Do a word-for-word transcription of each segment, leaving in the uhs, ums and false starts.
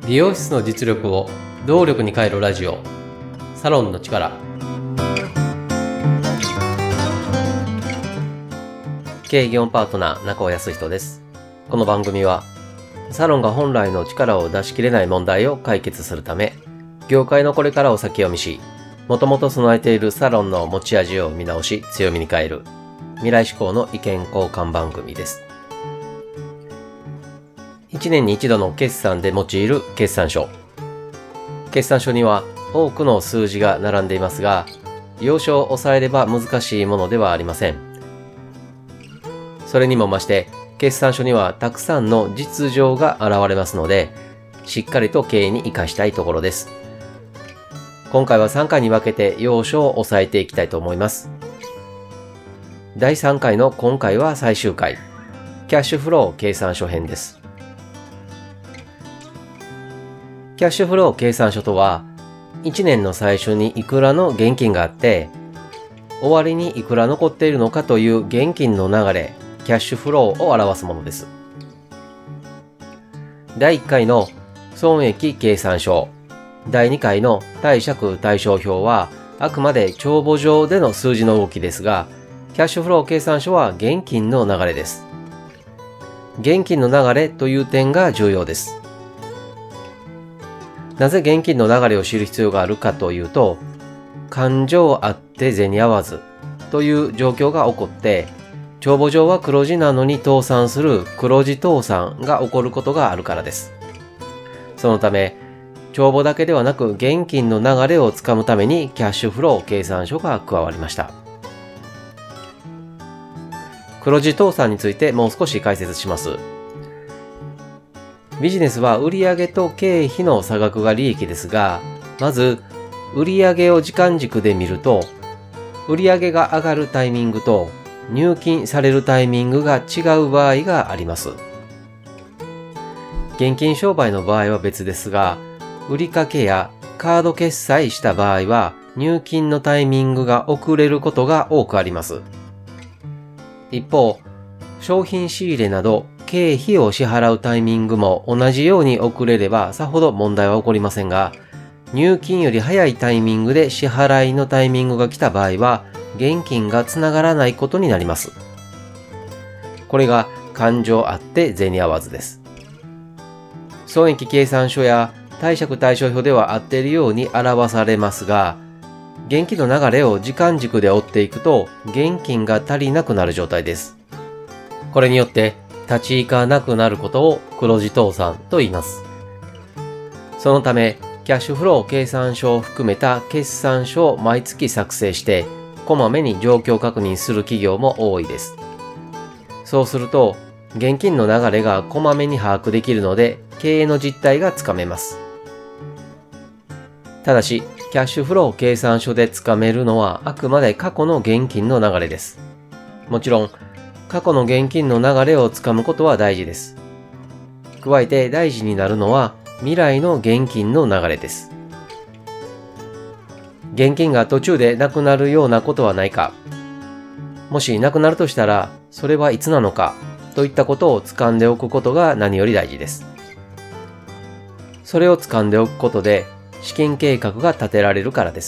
美容室の実力を動力に変えるラジオ、サロンの力。経営業パートナー中尾康人です。この番組はサロンが本来の力を出し切れない問題を解決するため、業界のこれからを先読みし、もともと備えているサロンの持ち味を見直し強みに変える未来志向の意見交換番組です。いちねんに一度の決算で用いる決算書。決算書には多くの数字が並んでいますが、要所を抑えれば難しいものではありません。それにも増して、決算書にはたくさんの実情が現れますので、しっかりと経営に生かしたいところです。今回はさんかいに分けて要所を抑えていきたいと思います。だいさんかいの今回は最終回、キャッシュフロー計算書編です。キャッシュフロー計算書とは、いちねんの最初にいくらの現金があって、終わりにいくら残っているのかという現金の流れ、キャッシュフローを表すものです。だいいっかいの損益計算書、だいにかいの貸借対照表はあくまで帳簿上での数字の動きですが、キャッシュフロー計算書は現金の流れです。現金の流れという点が重要です。なぜ現金の流れを知る必要があるかというと、勘定あって銭合わずという状況が起こって、帳簿上は黒字なのに倒産する黒字倒産が起こることがあるからです。そのため、帳簿だけではなく現金の流れをつかむためにキャッシュフロー計算書が加わりました。黒字倒産についてもう少し解説します。ビジネスは売上と経費の差額が利益ですが、まず売上を時間軸で見ると、売上が上がるタイミングと入金されるタイミングが違う場合があります。現金商売の場合は別ですが、売掛やカード決済した場合は入金のタイミングが遅れることが多くあります。一方、商品仕入れなど経費を支払うタイミングも同じように遅れればさほど問題は起こりませんが、入金より早いタイミングで支払いのタイミングが来た場合は、現金がつながらないことになります。これが勘定あって銭合わずです。損益計算書や貸借対照表では合っているように表されますが、現金の流れを時間軸で追っていくと、現金が足りなくなる状態です。これによって立ち行かなくなることを黒字倒産と言います。そのため、キャッシュフロー計算書を含めた決算書を毎月作成して、こまめに状況確認する企業も多いです。そうすると、現金の流れがこまめに把握できるので、経営の実態がつかめます。ただし、キャッシュフロー計算書でつかめるのはあくまで過去の現金の流れです。もちろん、過去の現金の流れをつかむことは大事です。加えて大事になるのは未来の現金の流れです。現金が途中でなくなるようなことはないか、もしなくなるとしたらそれはいつなのかといったことを掴んでおくことが何より大事です。それを掴んでおくことで資金計画が立てられるからです。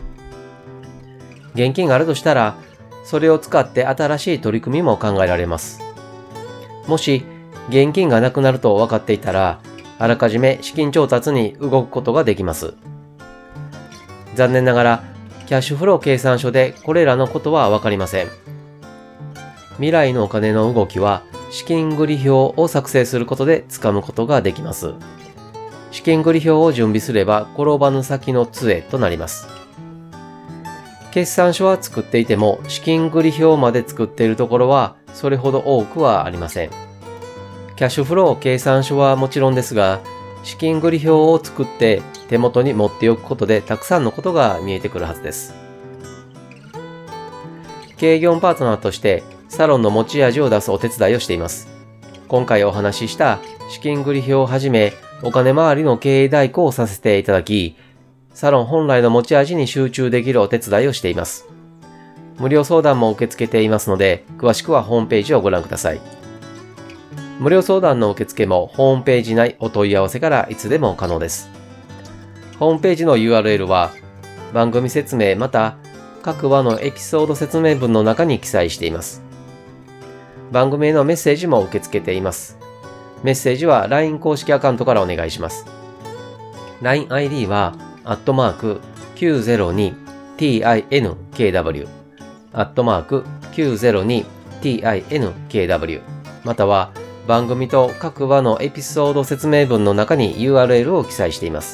現金があるとしたら、それを使って新しい取り組みも考えられます。もし現金がなくなると分かっていたら、あらかじめ資金調達に動くことができます。残念ながら、キャッシュフロー計算書でこれらのことは分かりません。未来のお金の動きは資金繰り表を作成することでつかむことができます。資金繰り表を準備すれば転ばぬ先の杖となります。決算書は作っていても資金繰り表まで作っているところはそれほど多くはありません。キャッシュフロー計算書はもちろんですが、資金繰り表を作って手元に持っておくことでたくさんのことが見えてくるはずです。経営業パートナーとしてサロンの持ち味を出すお手伝いをしています。今回お話しした資金繰り表をはじめお金回りの経営代行をさせていただき、サロン本来の持ち味に集中できるお手伝いをしています。無料相談も受け付けていますので、詳しくはホームページをご覧ください。 無料相談の受付もホームページ内お問い合わせからいつでも可能です。ホームページの ユーアールエル は番組説明また各話のエピソード説明文の中に記載しています。番組へのメッセージも受け付けています。メッセージは ライン 公式アカウントからお願いします。ラインアイディー は、アットマーク きゅうぜろにティーアイエヌケーダブリュー、アットマーク きゅうぜろにティーアイエヌケーダブリュー、または番組と各話のエピソード説明文の中に ユーアールエル を記載しています。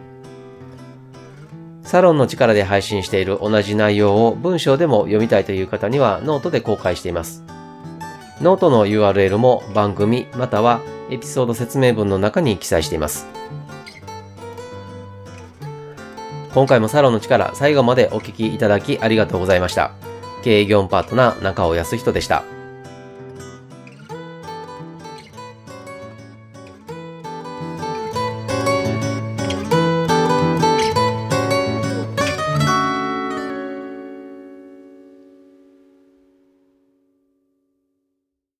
サロンの力で配信している同じ内容を文章でも読みたいという方にはノートで公開しています。ノートの ユーアールエル も番組またはエピソード説明文の中に記載しています。今回もサロンの力最後までお聞きいただきありがとうございました。経営業務パートナー中尾康人でした。